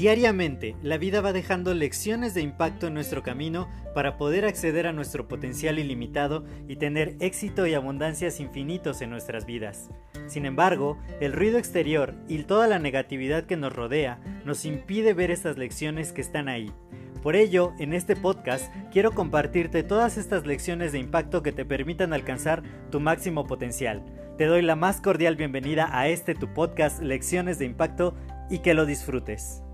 Diariamente, la vida va dejando lecciones de impacto en nuestro camino para poder acceder a nuestro potencial ilimitado y tener éxito y abundancias infinitos en nuestras vidas. Sin embargo, el ruido exterior y toda la negatividad que nos rodea nos impide ver estas lecciones que están ahí. Por ello, en este podcast quiero compartirte todas estas lecciones de impacto que te permitan alcanzar tu máximo potencial. Te doy la más cordial bienvenida a tu podcast Lecciones de Impacto y que lo disfrutes.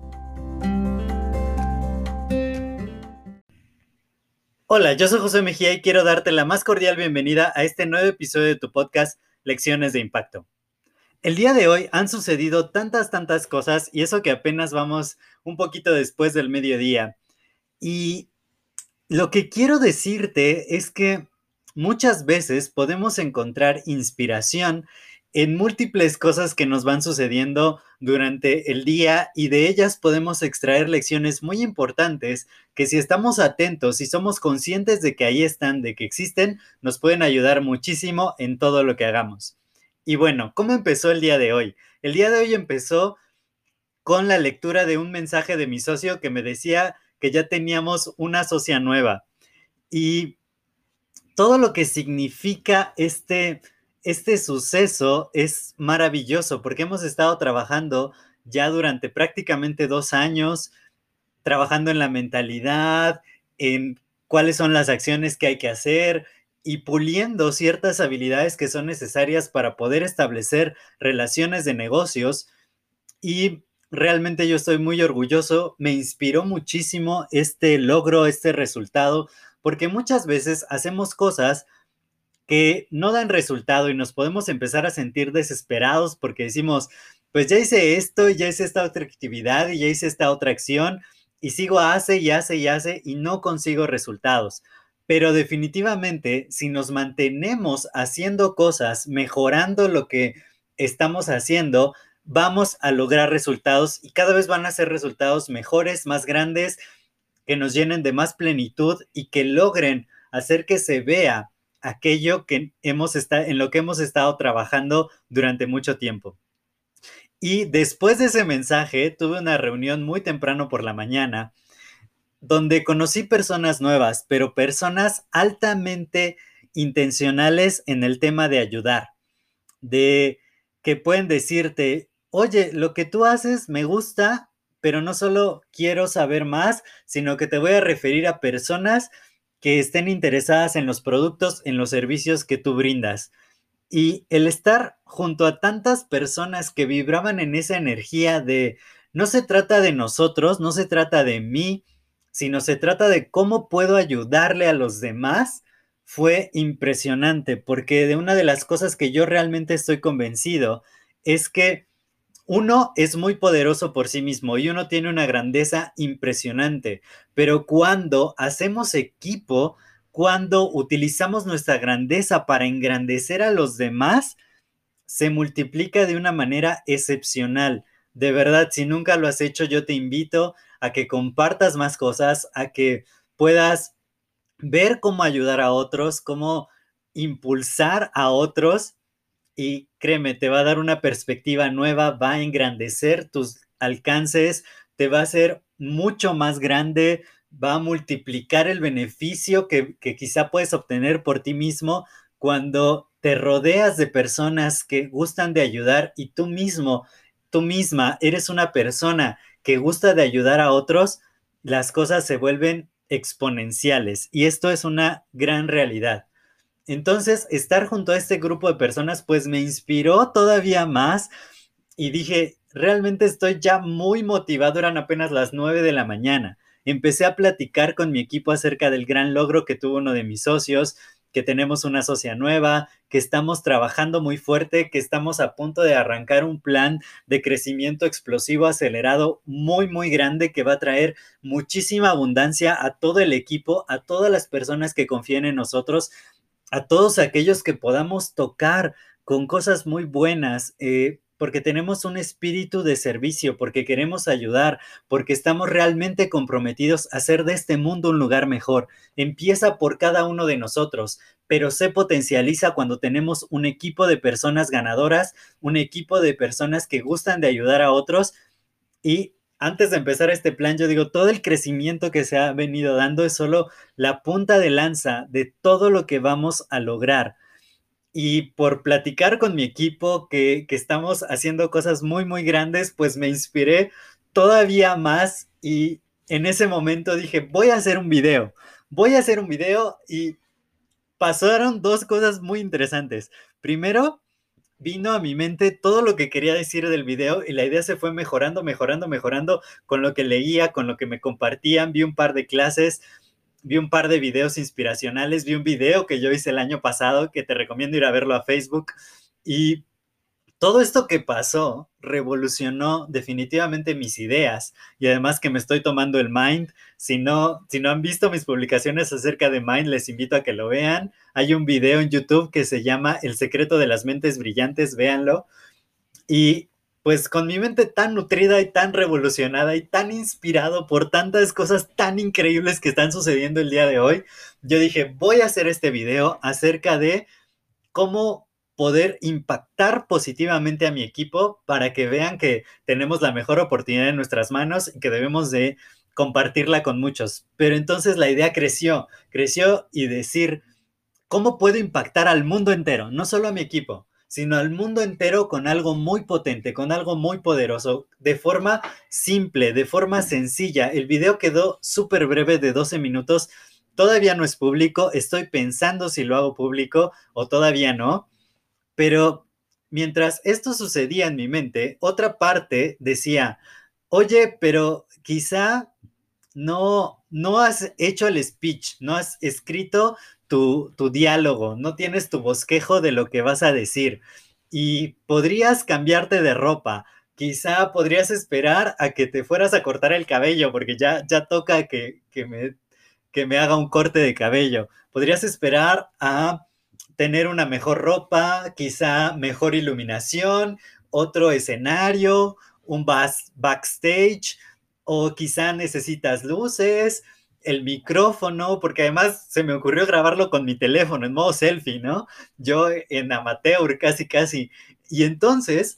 Hola, yo soy José Mejía y quiero darte la más cordial bienvenida a este nuevo episodio de tu podcast Lecciones de Impacto. El día de hoy han sucedido tantas cosas y eso que apenas vamos un poquito después del mediodía. Y lo que quiero decirte es que muchas veces podemos encontrar inspiración en múltiples cosas que nos van sucediendo durante el día y de ellas podemos extraer lecciones muy importantes que si estamos atentos y somos conscientes de que ahí están, de que existen, nos pueden ayudar muchísimo en todo lo que hagamos. Y bueno, ¿cómo empezó el día de hoy? El día de hoy empezó con la lectura de un mensaje de mi socio que me decía que ya teníamos una socia nueva. Y todo lo que significa este suceso es maravilloso porque hemos estado trabajando ya durante prácticamente 2 años, trabajando en la mentalidad, en cuáles son las acciones que hay que hacer y puliendo ciertas habilidades que son necesarias para poder establecer relaciones de negocios. Y realmente yo estoy muy orgulloso, me inspiró muchísimo este logro, este resultado, porque muchas veces hacemos cosas que no dan resultado y nos podemos empezar a sentir desesperados porque decimos, pues ya hice esto, ya hice esta otra actividad y ya hice esta otra acción y sigo hace y no consigo resultados. Pero definitivamente, si nos mantenemos haciendo cosas, mejorando lo que estamos haciendo, vamos a lograr resultados y cada vez van a ser resultados mejores, más grandes, que nos llenen de más plenitud y que logren hacer que se vea aquello que en lo que hemos estado trabajando durante mucho tiempo. Y después de ese mensaje, tuve una reunión muy temprano por la mañana, donde conocí personas nuevas, pero personas altamente intencionales en el tema de ayudar, de que pueden decirte, oye, lo que tú haces me gusta, pero no solo quiero saber más, sino que te voy a referir a personas que estén interesadas en los productos, en los servicios que tú brindas. Y el estar junto a tantas personas que vibraban en esa energía de no se trata de nosotros, no se trata de mí, sino se trata de cómo puedo ayudarle a los demás, fue impresionante, porque de una de las cosas que yo realmente estoy convencido es que uno es muy poderoso por sí mismo y uno tiene una grandeza impresionante, pero cuando hacemos equipo, cuando utilizamos nuestra grandeza para engrandecer a los demás, se multiplica de una manera excepcional. De verdad, si nunca lo has hecho, yo te invito a que compartas más cosas, a que puedas ver cómo ayudar a otros, cómo impulsar a otros y créeme, te va a dar una perspectiva nueva, va a engrandecer tus alcances, te va a hacer mucho más grande, va a multiplicar el beneficio que quizá puedes obtener por ti mismo cuando te rodeas de personas que gustan de ayudar y tú mismo, tú misma eres una persona que gusta de ayudar a otros, las cosas se vuelven exponenciales y esto es una gran realidad. Entonces, estar junto a este grupo de personas, pues me inspiró todavía más y dije, realmente estoy ya muy motivado, eran apenas las 9 de la mañana. Empecé a platicar con mi equipo acerca del gran logro que tuvo uno de mis socios, que tenemos una socia nueva, que estamos trabajando muy fuerte, que estamos a punto de arrancar un plan de crecimiento explosivo acelerado muy grande que va a traer muchísima abundancia a todo el equipo, a todas las personas que confíen en nosotros, a todos aquellos que podamos tocar con cosas muy buenas, porque tenemos un espíritu de servicio, porque queremos ayudar, porque estamos realmente comprometidos a hacer de este mundo un lugar mejor. Empieza por cada uno de nosotros, pero se potencializa cuando tenemos un equipo de personas ganadoras, un equipo de personas que gustan de ayudar a otros y antes de empezar este plan, yo digo, todo el crecimiento que se ha venido dando es solo la punta de lanza de todo lo que vamos a lograr. Y por platicar con mi equipo que estamos haciendo cosas muy, muy grandes, pues me inspiré todavía más y en ese momento dije, voy a hacer un video y pasaron dos cosas muy interesantes. Primero, vino a mi mente todo lo que quería decir del video y la idea se fue mejorando, mejorando, mejorando con lo que leía, con lo que me compartían, vi un par de clases, vi un par de videos inspiracionales, vi un video que yo hice el año pasado que te recomiendo ir a verlo a Facebook y todo esto que pasó revolucionó definitivamente mis ideas y además que me estoy tomando el Mind. Si no han visto mis publicaciones acerca de Mind, les invito a que lo vean. Hay un video en YouTube que se llama El secreto de las mentes brillantes, véanlo. Y pues con mi mente tan nutrida y tan revolucionada y tan inspirado por tantas cosas tan increíbles que están sucediendo el día de hoy, yo dije, voy a hacer este video acerca de cómo poder impactar positivamente a mi equipo para que vean que tenemos la mejor oportunidad en nuestras manos y que debemos de compartirla con muchos. Pero entonces la idea creció y decir, ¿cómo puedo impactar al mundo entero? No solo a mi equipo, sino al mundo entero con algo muy potente, con algo muy poderoso, de forma simple, de forma sencilla. El video quedó súper breve de 12 minutos. Todavía no es público, estoy pensando si lo hago público o todavía no, pero mientras esto sucedía en mi mente, otra parte decía, oye, pero quizá no has hecho el speech, no has escrito tu diálogo, no tienes tu bosquejo de lo que vas a decir y podrías cambiarte de ropa. Quizá podrías esperar a que te fueras a cortar el cabello porque ya toca que me haga un corte de cabello. Podrías esperar a tener una mejor ropa, quizá mejor iluminación, otro escenario, un backstage, o quizá necesitas luces, el micrófono, porque además se me ocurrió grabarlo con mi teléfono en modo selfie, ¿no? Yo en amateur, casi, casi. Y entonces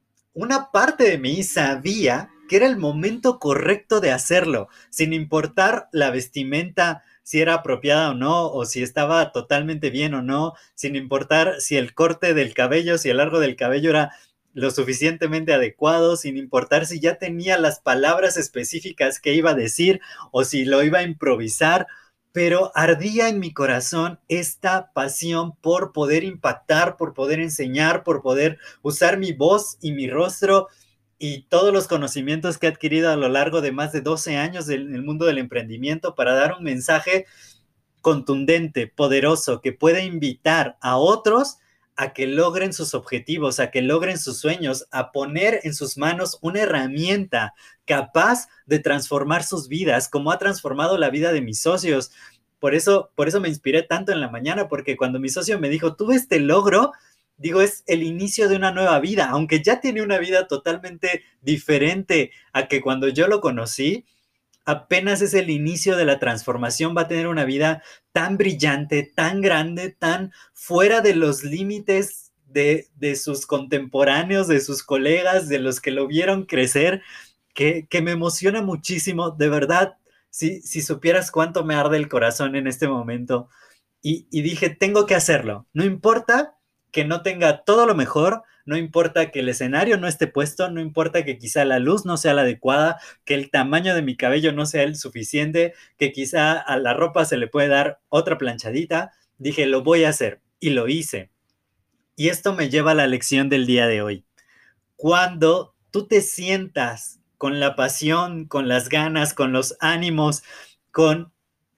una parte de mí sabía que era el momento correcto de hacerlo, sin importar la vestimenta, si era apropiada o no, o si estaba totalmente bien o no, sin importar si el corte del cabello, si el largo del cabello era lo suficientemente adecuado, sin importar si ya tenía las palabras específicas que iba a decir o si lo iba a improvisar, pero ardía en mi corazón esta pasión por poder impactar, por poder enseñar, por poder usar mi voz y mi rostro y todos los conocimientos que he adquirido a lo largo de más de 12 años en el mundo del emprendimiento para dar un mensaje contundente, poderoso, que puede invitar a otros a que logren sus objetivos, a que logren sus sueños, a poner en sus manos una herramienta capaz de transformar sus vidas, como ha transformado la vida de mis socios. Por eso me inspiré tanto en la mañana, porque cuando mi socio me dijo, tuve este logro, digo, es el inicio de una nueva vida, aunque ya tiene una vida totalmente diferente a que cuando yo lo conocí, apenas es el inicio de la transformación, va a tener una vida tan brillante, tan grande, tan fuera de los límites de sus contemporáneos, de sus colegas, de los que lo vieron crecer, que me emociona muchísimo, de verdad, si supieras cuánto me arde el corazón en este momento. Y dije, tengo que hacerlo, no importa que no tenga todo lo mejor, no importa que el escenario no esté puesto, no importa que quizá la luz no sea la adecuada, que el tamaño de mi cabello no sea el suficiente, que quizá a la ropa se le puede dar otra planchadita. Dije, lo voy a hacer y lo hice. Y esto me lleva a la lección del día de hoy. Cuando tú te sientas con la pasión, con las ganas, con los ánimos, con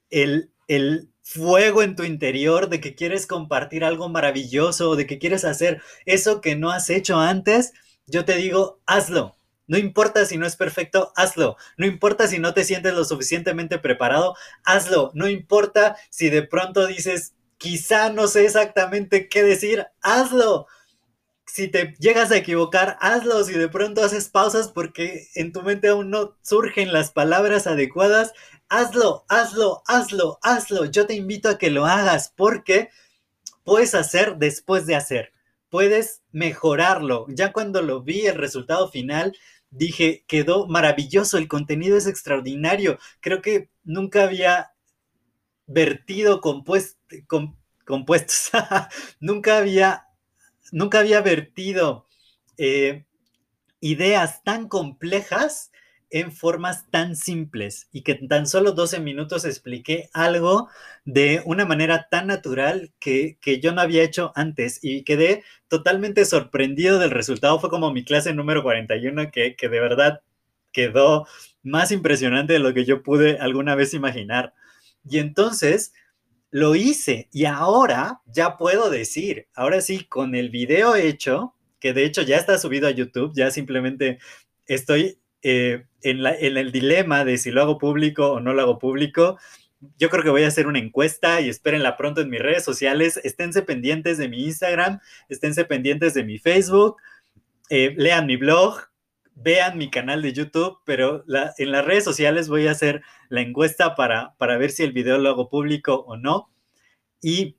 el fuego en tu interior de que quieres compartir algo maravilloso, de que quieres hacer eso que no has hecho antes, yo te digo, hazlo. No importa si no es perfecto, hazlo. No importa si no te sientes lo suficientemente preparado, hazlo. No importa si de pronto dices, quizá no sé exactamente qué decir, hazlo. Si te llegas a equivocar, hazlo. Si de pronto haces pausas porque en tu mente aún no surgen las palabras adecuadas, hazlo, hazlo, hazlo, hazlo. Yo te invito a que lo hagas porque puedes hacer después de hacer. puedes mejorarlo. Ya cuando lo vi, el resultado final, dije, quedó maravilloso, el contenido es extraordinario. Creo que nunca había vertido compuestos, nunca había, nunca había vertido eh, ideas tan complejas en formas tan simples y que en tan solo 12 minutos expliqué algo de una manera tan natural que yo no había hecho antes y quedé totalmente sorprendido del resultado. Fue como mi clase número 41 que de verdad quedó más impresionante de lo que yo pude alguna vez imaginar. Y entonces lo hice y ahora ya puedo decir, ahora sí, con el video hecho, que de hecho ya está subido a YouTube, ya simplemente estoy en el dilema de si lo hago público o no lo hago público. Yo creo que voy a hacer una encuesta y espérenla pronto en mis redes sociales. Esténse pendientes de mi Instagram, esténse pendientes de mi Facebook, lean mi blog, vean mi canal de YouTube, pero en las redes sociales voy a hacer la encuesta para ver si el video lo hago público o no. Y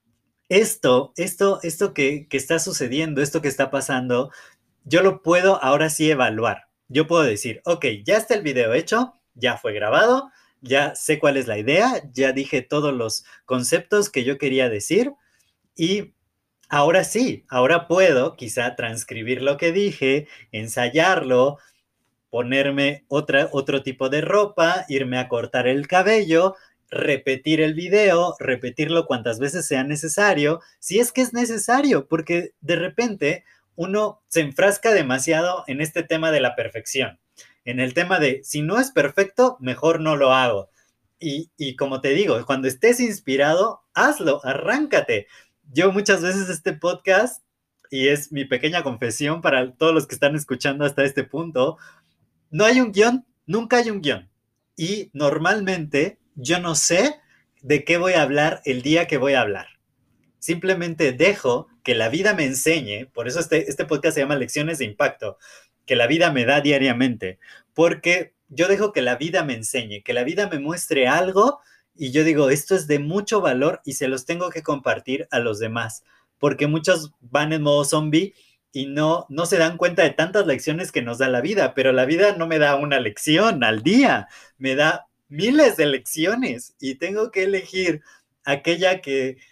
esto que está sucediendo, esto que está pasando, yo lo puedo ahora sí evaluar. Yo puedo decir, ok, ya está el video hecho, ya fue grabado, ya sé cuál es la idea, ya dije todos los conceptos que yo quería decir y ahora sí, ahora puedo quizá transcribir lo que dije, ensayarlo, ponerme otro tipo de ropa, irme a cortar el cabello, repetir el video, repetirlo cuantas veces sea necesario, si es que es necesario, porque de repente uno se enfrasca demasiado en este tema de la perfección, en el tema de si no es perfecto, mejor no lo hago. Y como te digo, cuando estés inspirado, hazlo, arráncate. Yo muchas veces este podcast, y es mi pequeña confesión para todos los que están escuchando hasta este punto, no hay un guión, nunca hay un guión. Y normalmente yo no sé de qué voy a hablar el día que voy a hablar. Simplemente dejo que la vida me enseñe, por eso este podcast se llama Lecciones de Impacto, que la vida me da diariamente, porque yo dejo que la vida me enseñe, que la vida me muestre algo y yo digo, esto es de mucho valor y se los tengo que compartir a los demás, porque muchos van en modo zombie y no se dan cuenta de tantas lecciones que nos da la vida, pero la vida no me da una lección al día, me da miles de lecciones y tengo que elegir aquella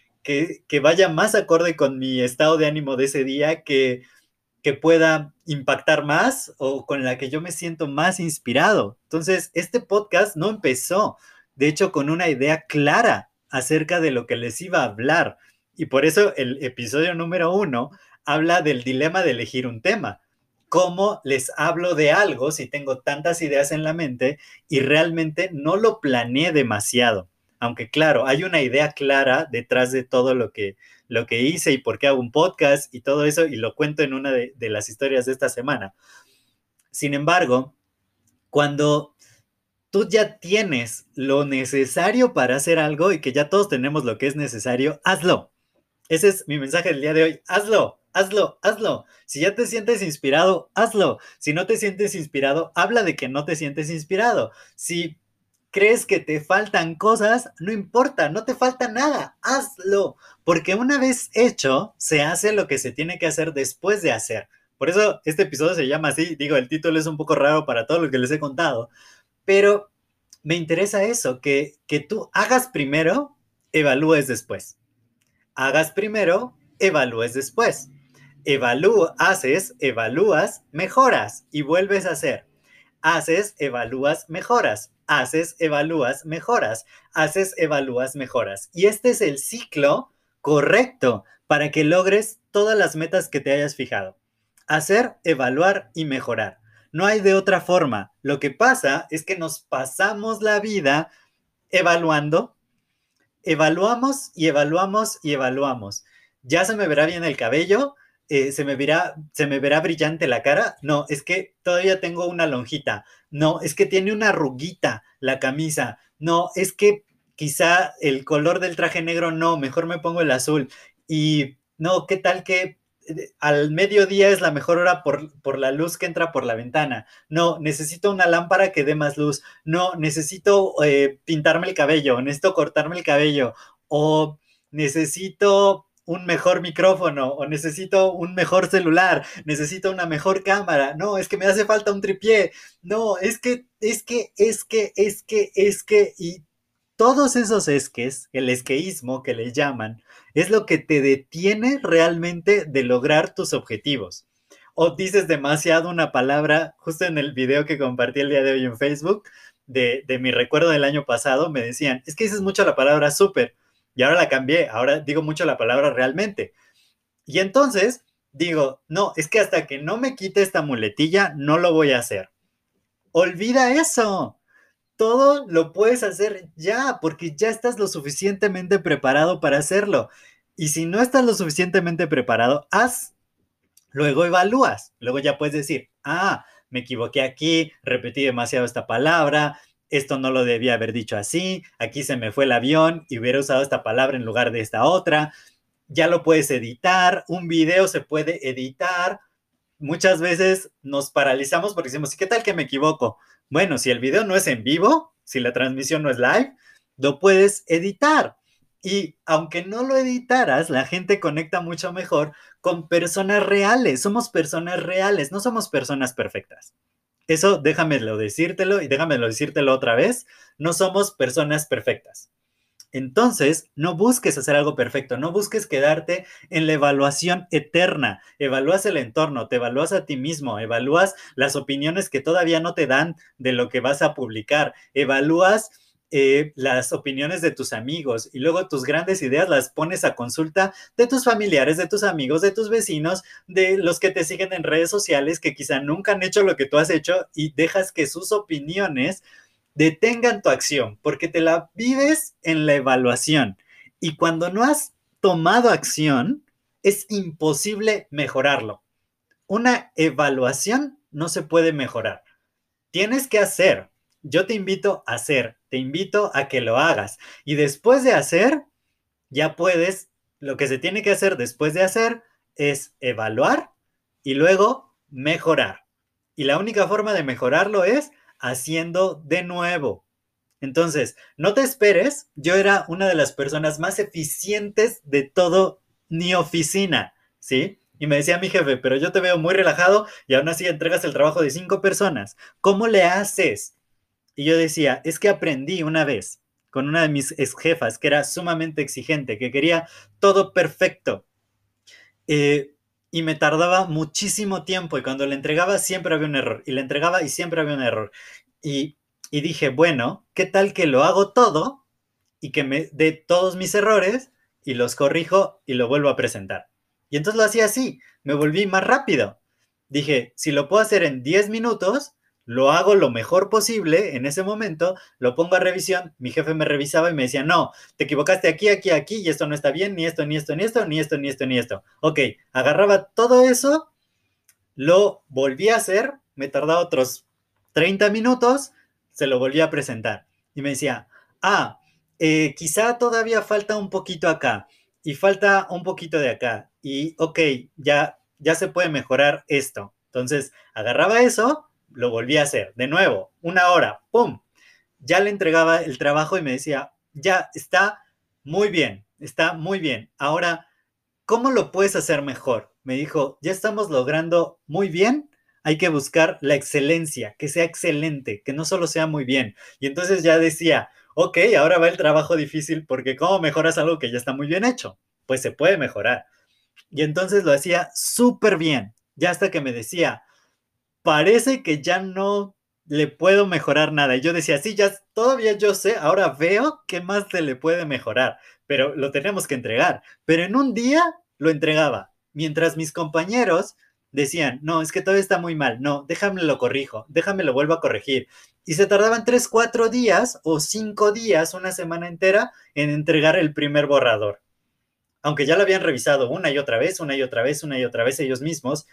que vaya más acorde con mi estado de ánimo de ese día, que pueda impactar más o con la que yo me siento más inspirado. Entonces, este podcast no empezó, de hecho, con una idea clara acerca de lo que les iba a hablar. Y por eso el episodio número 1 habla del dilema de elegir un tema. ¿Cómo les hablo de algo si tengo tantas ideas en la mente y realmente no lo planeé demasiado? Aunque claro, hay una idea clara detrás de todo lo que hice y por qué hago un podcast y todo eso, y lo cuento en una de las historias de esta semana. Sin embargo, cuando tú ya tienes lo necesario para hacer algo y que ya todos tenemos lo que es necesario, hazlo. Ese es mi mensaje del día de hoy. Hazlo, hazlo, hazlo. Si ya te sientes inspirado, hazlo. Si no te sientes inspirado, habla de que no te sientes inspirado. Si crees que te faltan cosas, no importa, no te falta nada, hazlo, porque una vez hecho, se hace lo que se tiene que hacer después de hacer. Por eso este episodio se llama así, digo, el título es un poco raro para todo lo que les he contado, pero me interesa eso, que tú hagas primero, evalúes después. Hagas primero, evalúes después. Haces, evalúas, mejoras y vuelves a hacer. Haces, evalúas, mejoras. Haces, evalúas, mejoras. Haces, evalúas, mejoras. Y este es el ciclo correcto para que logres todas las metas que te hayas fijado. Hacer, evaluar y mejorar. No hay de otra forma. Lo que pasa es que nos pasamos la vida evaluando, evaluamos y evaluamos y evaluamos. Ya se me verá bien el cabello, se me verá brillante la cara. No, es que todavía tengo una lonjita. No, es que tiene una arruguita la camisa. No, es que quizá el color del traje negro no, mejor me pongo el azul. Y no, ¿qué tal que al mediodía es la mejor hora por la luz que entra por la ventana? No, necesito una lámpara que dé más luz. No, necesito pintarme el cabello, necesito cortarme el cabello o necesito un mejor micrófono o necesito un mejor celular, necesito una mejor cámara, no, es que me hace falta un tripié, no, y todos esos esques, el esqueísmo que le llaman, es lo que te detiene realmente de lograr tus objetivos. O dices demasiado una palabra, justo en el video que compartí el día de hoy en Facebook, de mi recuerdo del año pasado, me decían, es que dices mucho la palabra súper, y ahora la cambié, ahora digo mucho la palabra realmente. Y entonces digo, no, es que hasta que no me quite esta muletilla, no lo voy a hacer. Olvida eso. Todo lo puedes hacer ya, porque ya estás lo suficientemente preparado para hacerlo. Y si no estás lo suficientemente preparado, haz, luego evalúas, luego ya puedes decir, ah, me equivoqué aquí, repetí demasiado esta palabra, esto no lo debía haber dicho así, aquí se me fue el avión y hubiera usado esta palabra en lugar de esta otra. Ya lo puedes editar, un video se puede editar. Muchas veces nos paralizamos porque decimos, ¿qué tal que me equivoco? Bueno, si el video no es en vivo, si la transmisión no es live, lo puedes editar. Y aunque no lo editaras, la gente conecta mucho mejor con personas reales. Somos personas reales, no somos personas perfectas. Eso déjamelo decírtelo y déjamelo decírtelo otra vez. No somos personas perfectas. Entonces, no busques hacer algo perfecto, no busques quedarte en la evaluación eterna. Evalúas el entorno, te evalúas a ti mismo, evalúas las opiniones que todavía no te dan de lo que vas a publicar, evalúas las opiniones de tus amigos y luego tus grandes ideas las pones a consulta de tus familiares, de tus amigos, de tus vecinos, de los que te siguen en redes sociales que quizá nunca han hecho lo que tú has hecho y dejas que sus opiniones detengan tu acción, porque te la vives en la evaluación. Y cuando no has tomado acción, es imposible mejorarlo. Una evaluación no se puede mejorar. Tienes que hacer. Yo te invito a hacer, te invito a que lo hagas. Y después de hacer, ya puedes, lo que se tiene que hacer después de hacer es evaluar y luego mejorar. Y la única forma de mejorarlo es haciendo de nuevo. Entonces, no te esperes, yo era una de las personas más eficientes de todo mi oficina, ¿sí? Y me decía mi jefe, pero yo te veo muy relajado y aún así entregas el trabajo de 5 personas. ¿Cómo le haces? Y yo decía, es que aprendí una vez con una de mis ex jefas que era sumamente exigente, que quería todo perfecto. Eh, y me tardaba muchísimo tiempo y cuando le entregaba siempre había un error y le entregaba y siempre había un error. Y, y dije, bueno, ¿qué tal que lo hago todo y que me dé todos mis errores y los corrijo y lo vuelvo a presentar? Y entonces lo hacía así, me volví más rápido. Dije, si lo puedo hacer en 10 minutos, lo hago lo mejor posible en ese momento, lo pongo a revisión, mi jefe me revisaba y me decía, no, te equivocaste aquí, aquí, aquí, y esto no está bien, ni esto, ni esto, ni esto, ni esto, ni esto, ni esto. Ok, agarraba todo eso, lo volví a hacer, me tardaba otros 30 minutos, se lo volví a presentar. Y me decía, ah, quizá todavía falta un poquito acá, y falta un poquito de acá, y ok, ya se puede mejorar esto. Entonces, agarraba eso, lo volví a hacer, de nuevo, 1 hora, ¡pum! Ya le entregaba el trabajo y me decía, ya está muy bien, está muy bien. Ahora, ¿cómo lo puedes hacer mejor? Me dijo, ya estamos logrando muy bien, hay que buscar la excelencia, que sea excelente, que no solo sea muy bien. Y entonces ya decía, ok, ahora va el trabajo difícil porque ¿cómo mejoras algo que ya está muy bien hecho? Pues se puede mejorar. Y entonces lo hacía súper bien, ya hasta que me decía, parece que ya no le puedo mejorar nada. Y yo decía, sí, ya todavía yo sé, ahora veo qué más se le puede mejorar, pero lo tenemos que entregar. Pero en un día lo entregaba, mientras mis compañeros decían, no, es que todavía está muy mal, no, déjame lo corrijo, déjame lo vuelvo a corregir. Y se tardaban 3, 4 días o 5 días, una semana entera, en entregar el primer borrador. Aunque ya lo habían revisado una y otra vez, una y otra vez, una y otra vez ellos mismos,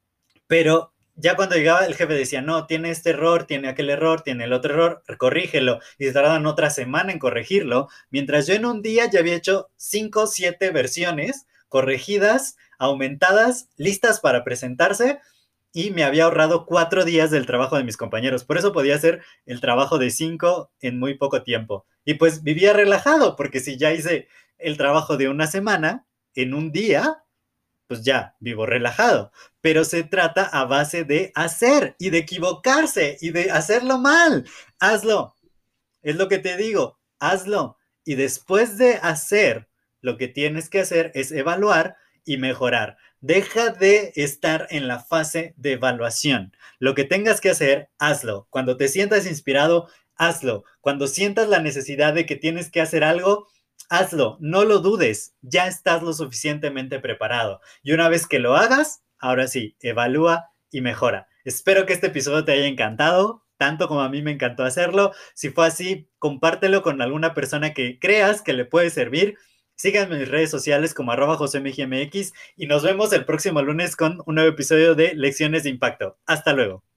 pero ya cuando llegaba el jefe decía, no, tiene este error, tiene aquel error, tiene el otro error, corrígelo. Y se tardaban otra semana en corregirlo, mientras yo en un día ya había hecho 5, 7 versiones corregidas, aumentadas, listas para presentarse, y me había ahorrado 4 días del trabajo de mis compañeros. Por eso podía hacer el trabajo de 5 en muy poco tiempo. Y pues vivía relajado, porque si ya hice el trabajo de una semana, en un día, pues ya, vivo relajado. Pero se trata a base de hacer y de equivocarse y de hacerlo mal. Hazlo. Es lo que te digo, hazlo. Y después de hacer, lo que tienes que hacer es evaluar y mejorar. Deja de estar en la fase de evaluación. Lo que tengas que hacer, hazlo. Cuando te sientas inspirado, hazlo. Cuando sientas la necesidad de que tienes que hacer algo, hazlo. No lo dudes. Ya estás lo suficientemente preparado. Y una vez que lo hagas, ahora sí, evalúa y mejora. Espero que este episodio te haya encantado, tanto como a mí me encantó hacerlo. Si fue así, compártelo con alguna persona que creas que le puede servir. Síganme en mis redes sociales como @josemgmx y nos vemos el próximo lunes con un nuevo episodio de Lecciones de Impacto. Hasta luego.